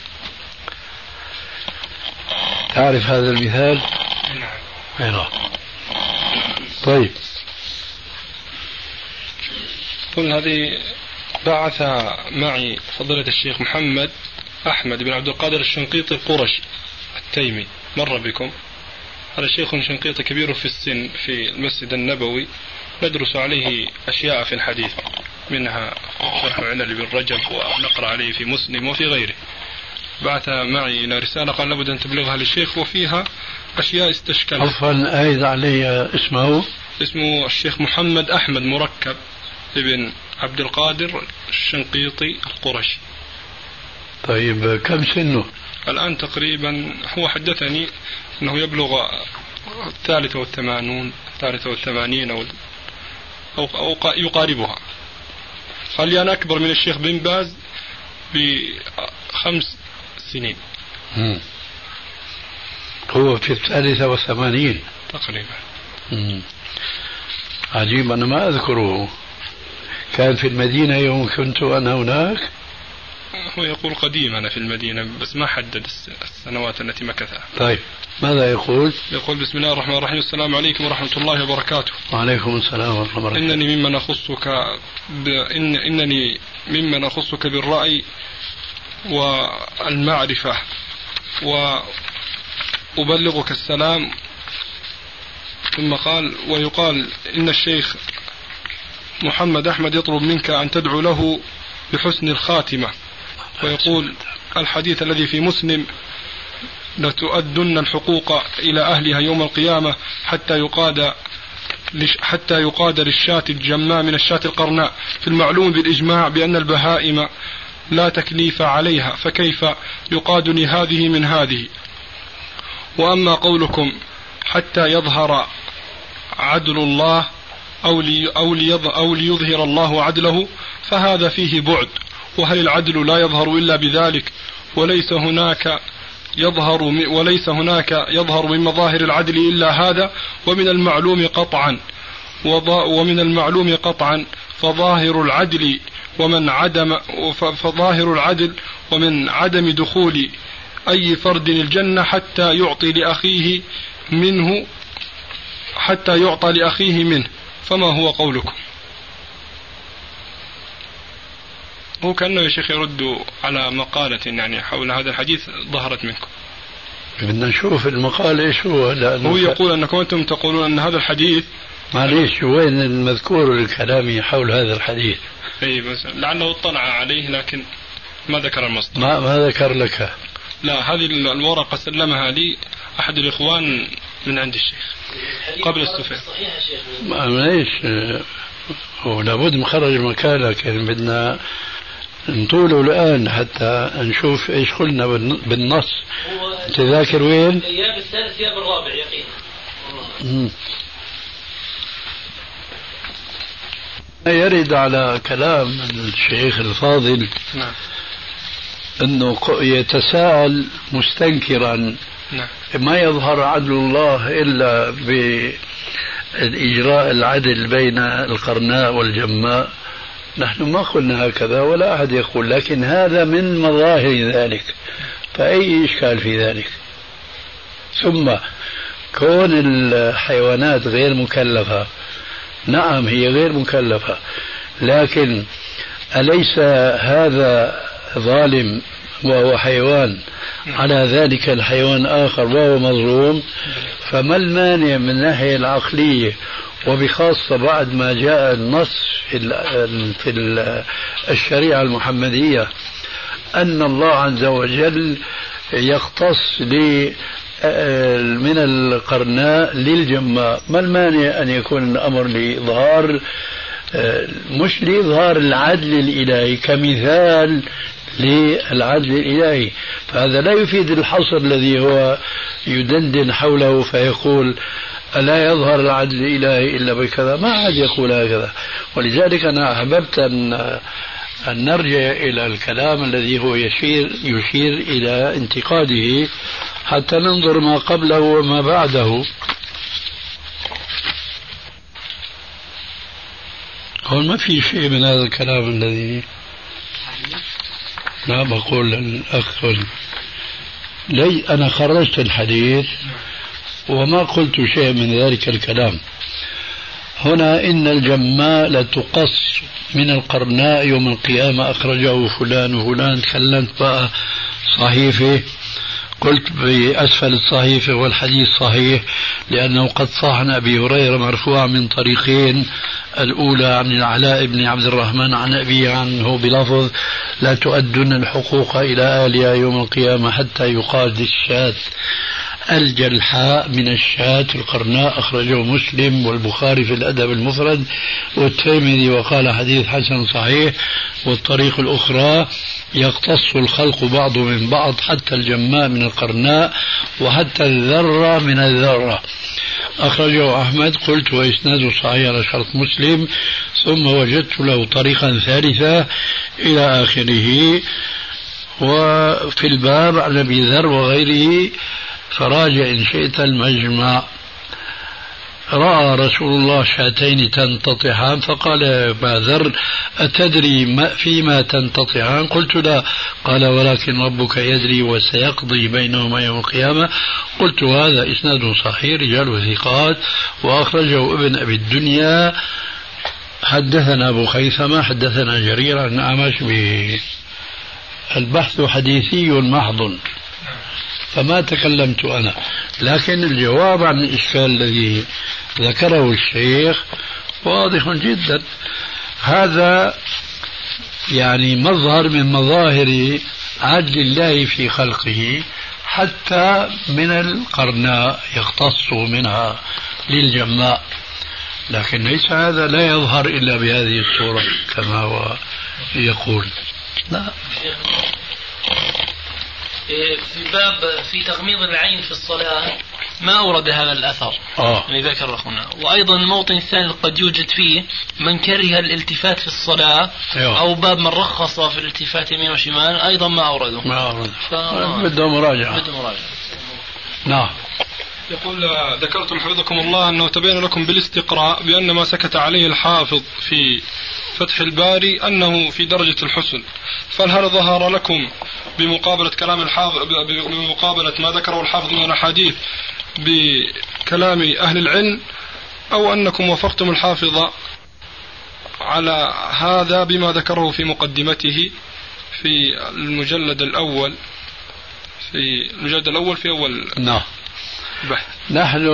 تعرف هذا المثال؟ نعم. طيب قل هذه بعث معي فضيلة الشيخ محمد أحمد بن عبد القادر الشنقيطي القرشي التيمي، مر بكم. هذا شيخ شنقيطي كبير في السن في المسجد النبوي، ندرس عليه أشياء في الحديث، منها شرح علل بن رجب ونقرأ عليه في مسلم وفي غيره. بعث معي إلى رسالة قال لابد أن تبلغها للشيخ وفيها أشياء استشكلت. عفوا أيد علي اسمه؟ اسمه الشيخ محمد أحمد مركب ابن عبد القادر الشنقيطي القرشي. طيب كم سنه؟ الآن تقريبا هو حدثني أنه يبلغ الثالثة والثمانون الثالثة والثمانين أو, أو, أو يقاربها. قال لي أنا أكبر من الشيخ بن باز بخمس سنين. مم. هو في الثالثة والثمانين تقريبا. مم. عجيب أنا ما أذكره. كان في المدينة يوم كنت أنا هناك؟ هو يقول قديم أنا في المدينة بس ما حدد السنوات التي مكثها. طيب ماذا يقول؟ يقول بسم الله الرحمن الرحيم: السلام عليكم ورحمة الله وبركاته. وعليكم السلام ورحمة الله وبركاته. إنني ممن أخصك ب... إن... إنني ممن أخصك بالرأي والمعرفة وأبلغك السلام. ثم قال: ويقال إن الشيخ محمد أحمد يطلب منك أن تدعو له بحسن الخاتمة، ويقول الحديث الذي في مسلم: لتؤدن الحقوق إلى أهلها يوم القيامة حتى يقاد حتى يقاد للشاة الجماء من الشاة القرناء، في المعلوم بالإجماع بأن البهائم لا تكليف عليها، فكيف يقادني هذه من هذه؟ وأما قولكم حتى يظهر عدل الله أو, لي أو, أو ليظهر الله عدله فهذا فيه بعد. وهل العدل لا يظهر إلا بذلك وليس هناك يظهر وليس هناك يظهر من مظاهر العدل إلا هذا؟ ومن المعلوم قطعا ومن المعلوم قطعا فظاهر العدل ومن عدم فظاهر العدل ومن عدم دخول أي فرد الجنة حتى يعطي لأخيه منه حتى يعطى لأخيه منه. فما هو قولكم؟ هو كأنه يا شيخ يرد على مقالة يعني حول هذا الحديث ظهرت منكم. بدنا نشوف المقال ايش هو. هو يقول أنكم أنتم تقولون أن هذا الحديث معليش وين المذكور الكلامي حول هذا الحديث؟ اي بس لعله اطلع عليه لكن ما ذكر المصدر. ما, ما ذكر لك؟ لا، هذه الورقة سلمها لي أحد الإخوان من عند الشيخ قبل السفر. معليش هو لابد مخرج مكان، لكن بدنا نطوله الآن حتى نشوف ايش قلنا بالنص. انت ذاكر وين؟ ايام الثالث ايام الرابع يقينا. يرد على كلام الشيخ الفاضل نعم. انه يتساءل مستنكرا نعم. ما يظهر عدل الله الا بإجراء العدل بين القرناء والجماء. نحن ما قلنا هكذا ولا أحد يقول، لكن هذا من مظاهر ذلك، فأي إشكال في ذلك؟ ثم كون الحيوانات غير مكلفة، نعم هي غير مكلفة، لكن أليس هذا ظالم وهو حيوان على ذلك الحيوان آخر وهو مظلوم؟ فما المانع من الناحية العقلية، وبخاصة بعد ما جاء النص في الشريعة المحمدية أن الله عز وجل يختص من القرناء للجماء، ما المانع أن يكون الأمر لإظهار مش لإظهار العدل الإلهي كمثال للعدل الإلهي؟ فهذا لا يفيد الحصر الذي هو يدندن حوله فيقول ألا يظهر العدل الإلهي إلا بكذا. ما عاد يقول هكذا. ولذلك أنا أحببت أن أن نرجع إلى الكلام الذي هو يشير يشير إلى انتقاده حتى ننظر ما قبله وما بعده. هون ما في شيء من هذا الكلام الذي لا بقول للأخ لي أنا خرجت الحديث وما قلت شيء من ذلك الكلام. هنا إن الجماء لتقص من القرناء يوم القيامة أخرجه فلان وفلان. تكلمت بقى صحيفة، قلت بأسفل الصحيفة والحديث صحيح لأنه قد صح عن أبي هريرة مرفوعا من طريقين، الأولى عن العلاء بن عبد الرحمن عن أبي عنه بلفظ لا تؤدون الحقوق إلى أهلها يوم القيامة حتى يقال للشاة الجلحاء من الشاة القرناء. أخرجه مسلم والبخاري في الأدب المفرد والترمذي وقال حديث حسن صحيح. والطريق الأخرى يقتص الخلق بعض من بعض حتى الجماء من القرناء وحتى الذرة من الذرة. أخرجه أحمد. قلت وإسناده صحيح على شرط مسلم، ثم وجدت له طريقا ثالثة إلى آخره. وفي الباب عن أبي ذر وغيره فراجع إن شئت المجمع. رأى رسول الله شاتين تنتطحان فقال ما ذر أتدري ما فيما تنتطحان؟ قلت لا. قال ولكن ربك يدري وسيقضي بينهما يوم القيامة. قلت هذا إسناد صحيح رجال ثقات. وأخرجه ابن أبي الدنيا. حدثنا أبو خيثمة حدثنا جرير عن أعمش بالبحث حديثي محض فما تكلمت أنا، لكن الجواب عن الإشكال الذي ذكره الشيخ واضح جدا. هذا يعني مظهر من مظاهر عدل الله في خلقه، حتى من القرناء يختص منها للجماء، لكن ليس هذا لا يظهر إلا بهذه الصورة كما هو يقول. لا في باب في تغميض العين في الصلاة ما أورد هذا الأثر آه. اللي ذكر أخونا. وأيضا الموطن الثاني قد يوجد فيه من كره الالتفات في الصلاة أيوه. أو باب من رخص في الالتفات يمين وشمال أيضا ما أورده ما أورده ف... بده مراجعة. بده مراجعة. نعم. يقول ذكرتم حفظكم الله أنه تبين لكم بالاستقراء بأن ما سكت عليه الحافظ في فتح الباري أنه في درجة الحسن، فهل ظهر لكم بمقابلة كلام الحافظ بمقابلة ما ذكره الحافظ من الأحاديث بكلام أهل العلم، أو أنكم وافقتم الحافظ على هذا بما ذكره في مقدمته في المجلد الأول في المجلد الأول في أول نعم. نحن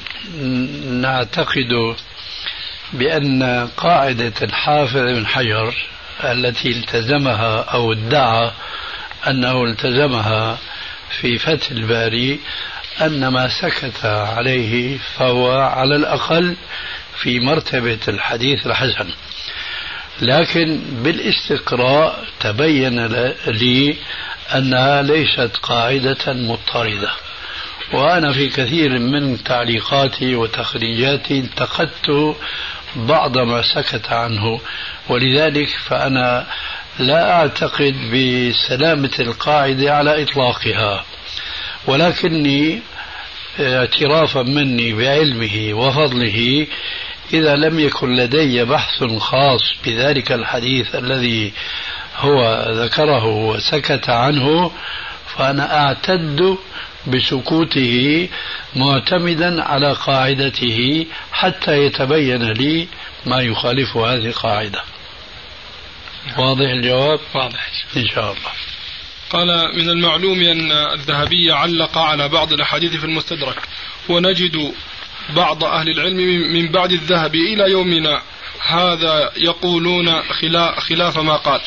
نعتقد بأن قاعدة الحافظ بن حجر التي التزمها أو ادعى أنه التزمها في فتح الباري أن ما سكت عليه فهو على الأقل في مرتبة الحديث الحسن، لكن بالاستقراء تبين لي أنها ليست قاعدة مضطردة. وأنا في كثير من تعليقاتي وتخريجاتي انتقدت بعض ما سكت عنه، ولذلك فأنا لا أعتقد بسلامة القاعدة على إطلاقها، ولكني اعترافا مني بعلمه وفضله إذا لم يكن لدي بحث خاص بذلك الحديث الذي هو ذكره وسكت عنه فأنا أعتد بسكوته معتمدا على قاعدته حتى يتبين لي ما يخالف هذه القاعدة. واضح الجواب؟ واضح إن شاء الله. قال من المعلوم أن الذهبي علق على بعض الأحاديث في المستدرك، ونجد بعض أهل العلم من بعد الذهبي إلى يومنا هذا يقولون خلاف ما قال،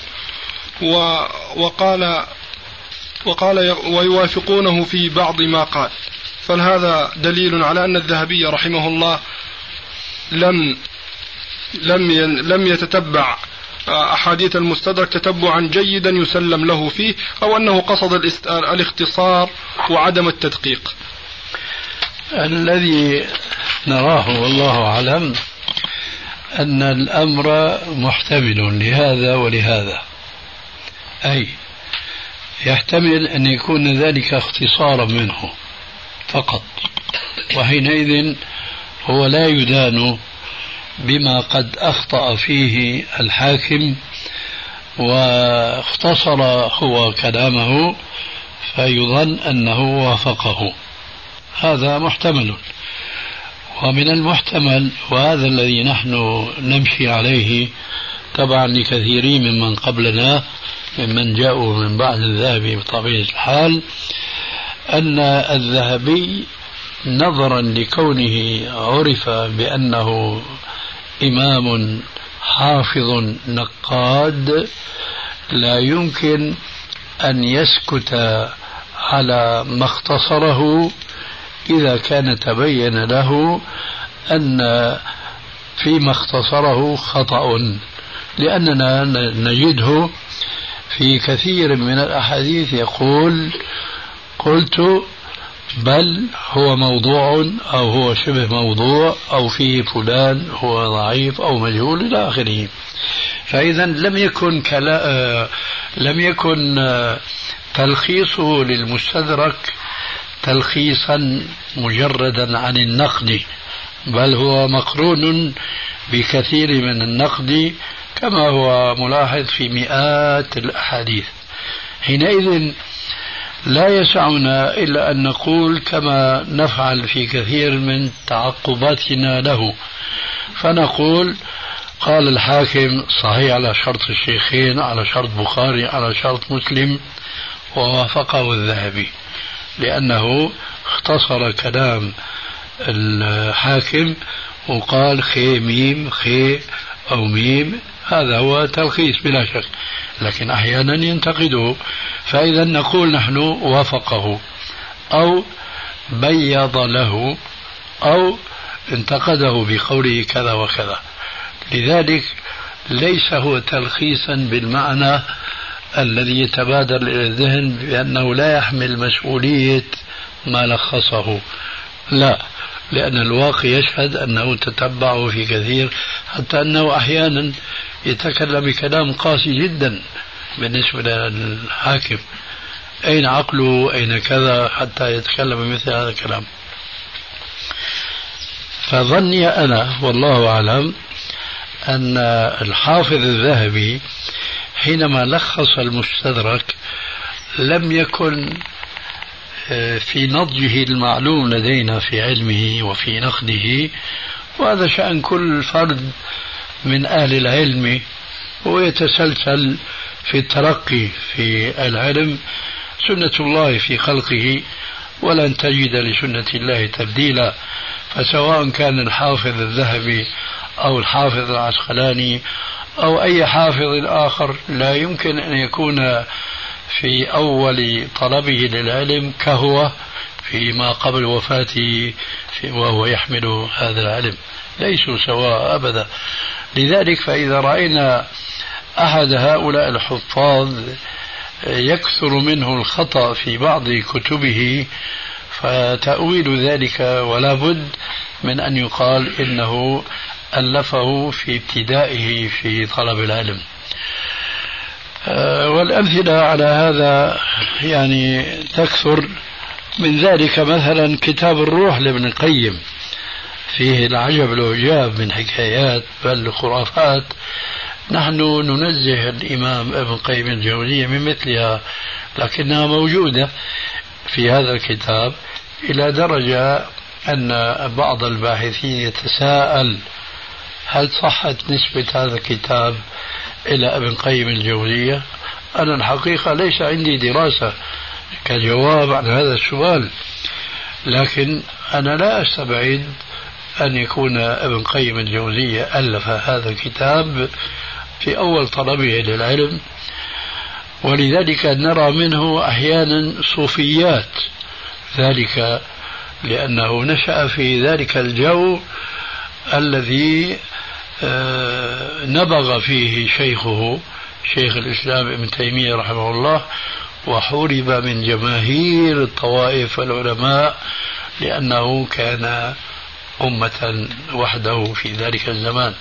وقال وقال ويوافقونه في بعض ما قال، فهذا دليل على أن الذهبي رحمه الله لم لم لم يتتبع أحاديث المستدرك تتبعا جيدا يسلم له فيه، أو أنه قصد الاختصار وعدم التدقيق. الذي نراه والله أعلم أن الأمر محتمل لهذا ولهذا، أي يحتمل أن يكون ذلك اختصارا منه فقط، وحينئذ هو لا يدان بما قد أخطأ فيه الحاكم واختصر هو كلامه فيظن أنه وافقه، هذا محتمل. ومن المحتمل، وهذا الذي نحن نمشي عليه تبعا لكثيرين ممن قبلنا ممن جاءوا من بعد الذهبي بطبيعة الحال، أن الذهبي نظرا لكونه عرف بأنه إمام حافظ نقاد لا يمكن أن يسكت على ما اختصره إذا كان تبين له أن فيما اختصره خطأ، لأننا نجده في كثير من الأحاديث يقول قلت بل هو موضوع أو هو شبه موضوع أو فيه فلان هو ضعيف أو مجهول إلى آخره. فإذا لم يكن كلا لم يكن تلخيصه للمستدرك تلخيصا مجردا عن النقد، بل هو مقرون بكثير من النقد كما هو ملاحظ في مئات الأحاديث. حينئذ لا يسعنا إلا أن نقول كما نفعل في كثير من تعقباتنا له، فنقول قال الحاكم صحيح على شرط الشيخين، على شرط بخاري، على شرط مسلم، ووافقه الذهبي لأنه اختصر كلام الحاكم وقال خي ميم خي أو ميم، هذا هو تلخيص بلا شك، لكن أحيانا ينتقده، فإذا نقول نحن وافقه أو بيض له أو انتقده بقوله كذا وكذا. لذلك ليس هو تلخيصا بالمعنى الذي يتبادر إلى الذهن بأنه لا يحمل مسؤولية ما لخصه، لا، لأن الواقع يشهد أنه تتبعه في كثير، حتى أنه أحيانا يتكلم بكلام قاسي جدا بالنسبة للحاكم. أين عقله، أين كذا، حتى يتكلم بمثل هذا الكلام. فظني أنا والله أعلم أن الحافظ الذهبي حينما لخص المستدرك لم يكن في نضجه المعلوم لدينا في علمه وفي نقده، وهذا شأن كل فرد من أهل العلم، ويتسلسل في الترقي في العلم، سنة الله في خلقه ولن تجد لسنة الله تبديلا. فسواء كان الحافظ الذهبي أو الحافظ العسقلاني أو أي حافظ آخر لا يمكن أن يكون في أول طلبه للعلم كهو فيما قبل وفاته وهو يحمل هذا العلم، ليسوا سواء أبدا. لذلك فإذا رأينا أحد هؤلاء الحفاظ يكثر منه الخطأ في بعض كتبه فتأويل ذلك ولا بد من أن يقال إنه ألفه في ابتدائه في طلب العلم. والأمثلة على هذا يعني تكثر. من ذلك مثلا كتاب الروح لابن القيم، فيه العجب العجاب من حكايات بل خرافات. نحن ننزه الإمام ابن القيم الجوزية من مثلها، لكنها موجودة في هذا الكتاب إلى درجة أن بعض الباحثين يتساءل هل صحت نسبة هذا الكتاب إلى ابن القيم الجوزية؟ أنا الحقيقة ليس عندي دراسة كجواب عن هذا السؤال، لكن أنا لا أستبعد أن يكون ابن القيم الجوزية ألف هذا الكتاب في أول طلبه للعلم، ولذلك نرى منه أحيانا صوفيات، ذلك لأنه نشأ في ذلك الجو الذي نبغ فيه شيخه شيخ الإسلام ابن تيمية رحمه الله، وحورب من جماهير الطوائف والعلماء لأنه كان أمة وحده في ذلك الزمان.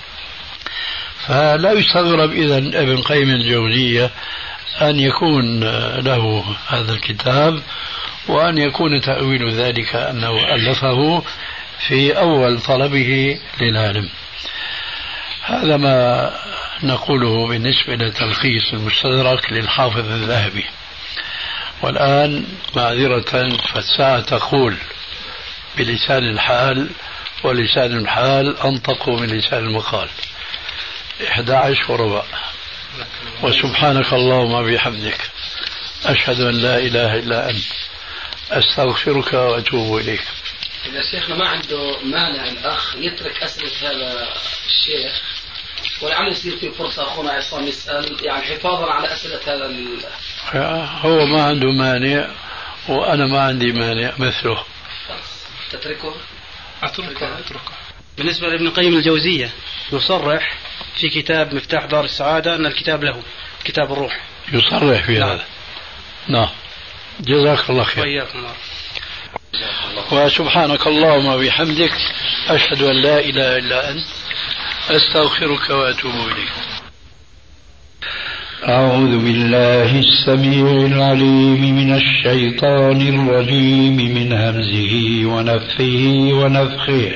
فلا يستغرب إذن ابن قيم الجوزية أن يكون له هذا الكتاب، وأن يكون تأويل ذلك أنه ألفه في أول طلبه للعلم. هذا ما نقوله بالنسبة لتلخيص المستدرك للحافظ الذهبي. والآن معذرة فالساعة تقول بلسان الحال، ولسان الحال أنطق من لسان المقال. إحدى عشر وربع. وسبحانك اللهم بحمدك أشهد أن لا إله إلا أنت أستغفرك وأتوب إليك. إذا شيخنا ما عنده مانع الأخ يترك أسئلة هذا الشيخ ولعل يصير في فرصة أخونا عصام يسأل، يعني حفاظا على أسئلة هذا ال... هو ما عنده مانع وأنا ما عندي مانع مثله. تتركه؟ أتركه أتركه. بالنسبة لابن القيم الجوزية يصرح في كتاب مفتاح دار السعادة أن الكتاب له، كتاب الروح، يصرح في هذا. نعم، جزاك الله خير. وإياكم الله. وسبحانك اللهم وبحمدك أشهد أن لا إله إلا أنت أستغفرك وأتوب إليك. أعوذ بالله السميع العليم من الشيطان الرجيم من همزه ونفثه ونفخه.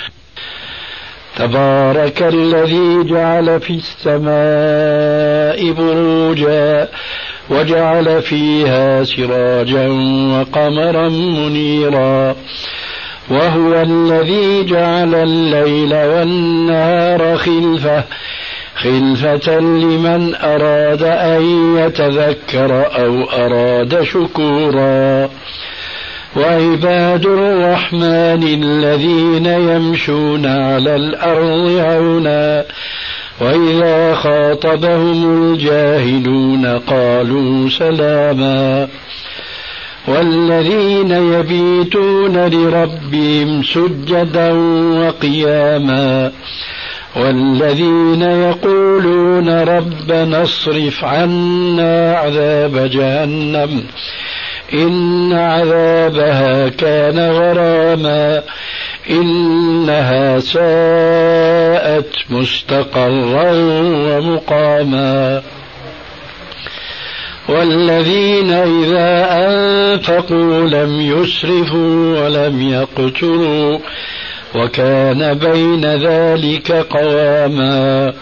تبارك الذي جعل في السماء بروجا وجعل فيها سراجا وقمرا منيرا، وهو الذي جعل الليل والنهار خلفة خلفة لمن أراد أن يتذكر أو أراد شكورا. وعباد الرحمن الذين يمشون على الأرض هونا وإذا خاطبهم الجاهلون قالوا سلاما. والذين يبيتون لربهم سجدا وقياما والذين يقولون ربنا اصرف عنا عذاب جهنم إن عذابها كان غراما إنها ساءت مستقرا ومقاما والذين إذا أنفقوا لم يسرفوا ولم يقتروا وكان بين ذلك قواما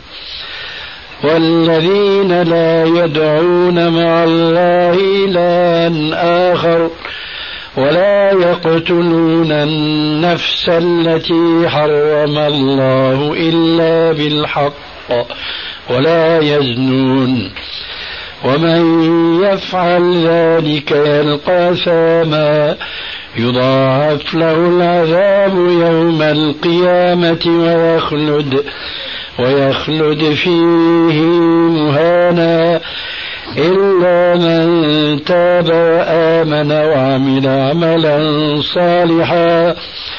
والذين لا يدعون مع الله إلها آخر ولا يقتلون النفس التي حرم الله إلا بالحق ولا يزنون ومن يفعل ذلك يلقى ثاما يضاعف له العذاب يوم القيامة ويخلد ويخلد فيه مهانا إلا من تاب وآمن وعمل عملا صالحا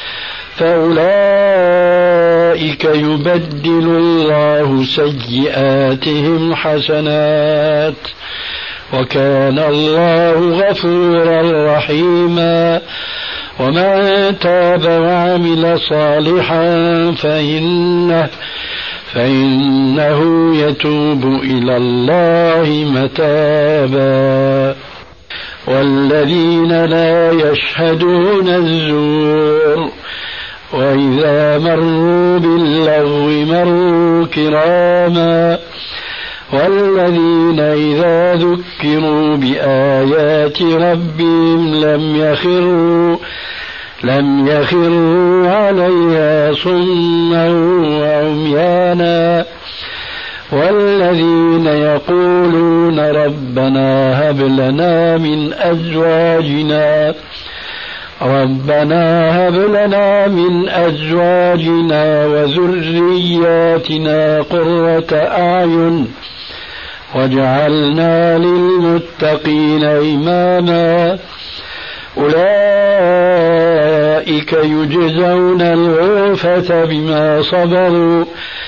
فأولئك يبدل الله سيئاتهم حسنات وكان الله غفورا رحيما ومن تاب وعمل صالحا فإنه فإنه يتوب إلى الله متابا والذين لا يشهدون الزور وإذا مروا باللغو مروا كراما والذين إذا ذكروا بآيات ربهم لم يخروا لم يخروا عليها صما وعميانا والذين يقولون ربنا هب لنا من أزواجنا ربنا هب لنا من أزواجنا وذرياتنا قرة أعين واجعلنا للمتقين إماما أولئك يجزون الغرفة بما صبروا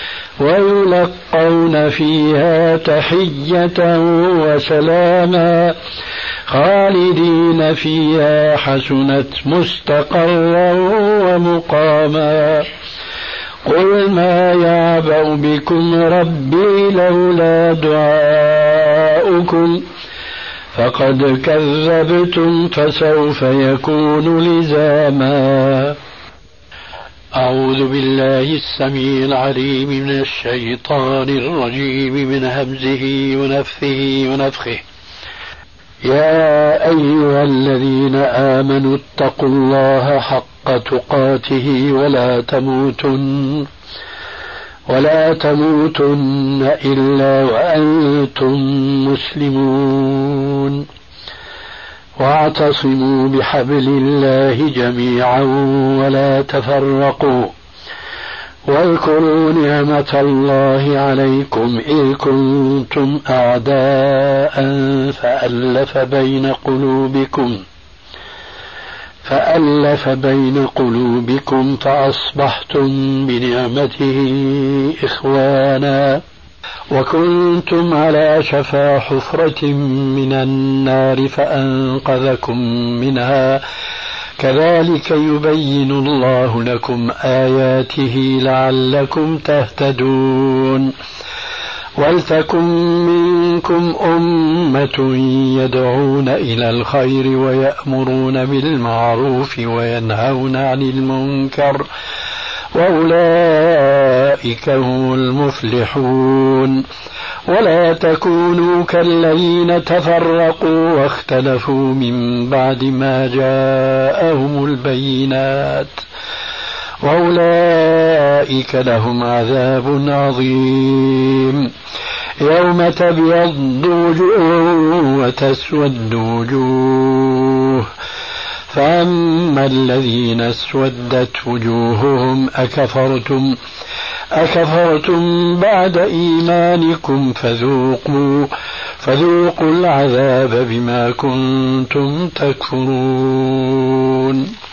ويلقون فيها تحية وسلاما خالدين فيها حسنت مستقرا ومقاما قل ما يعبأ بكم ربي لولا دعاؤكم فقد كذبتم فسوف يكون لزاما أعوذ بالله السميع العليم من الشيطان الرجيم من همزه ونفثه ونفخه يا أيها الذين آمنوا اتقوا الله حق تقاته ولا تموتن ولا تموتن إلا وأنتم مسلمون واعتصموا بحبل الله جميعا ولا تفرقوا واذكروا نعمة الله عليكم إذ كنتم أعداء فألف بين قلوبكم فألف بين قلوبكم فأصبحتم بنعمته إخوانا وكنتم على شفا حفرة من النار فأنقذكم منها كذلك يبين الله لكم آياته لعلكم تهتدون ولتكن منكم أمة يدعون إلى الخير ويأمرون بالمعروف وينهون عن المنكر وأولئك هم المفلحون ولا تكونوا كالذين تفرقوا واختلفوا من بعد ما جاءهم البينات وأولئك لهم عذاب عظيم يوم تبيض وجوه وتسود وجوه فأما الذين اسودت وجوههم أكفرتم أكفرتم بعد إيمانكم فذوقوا فذوقوا العذاب بما كنتم تكفرون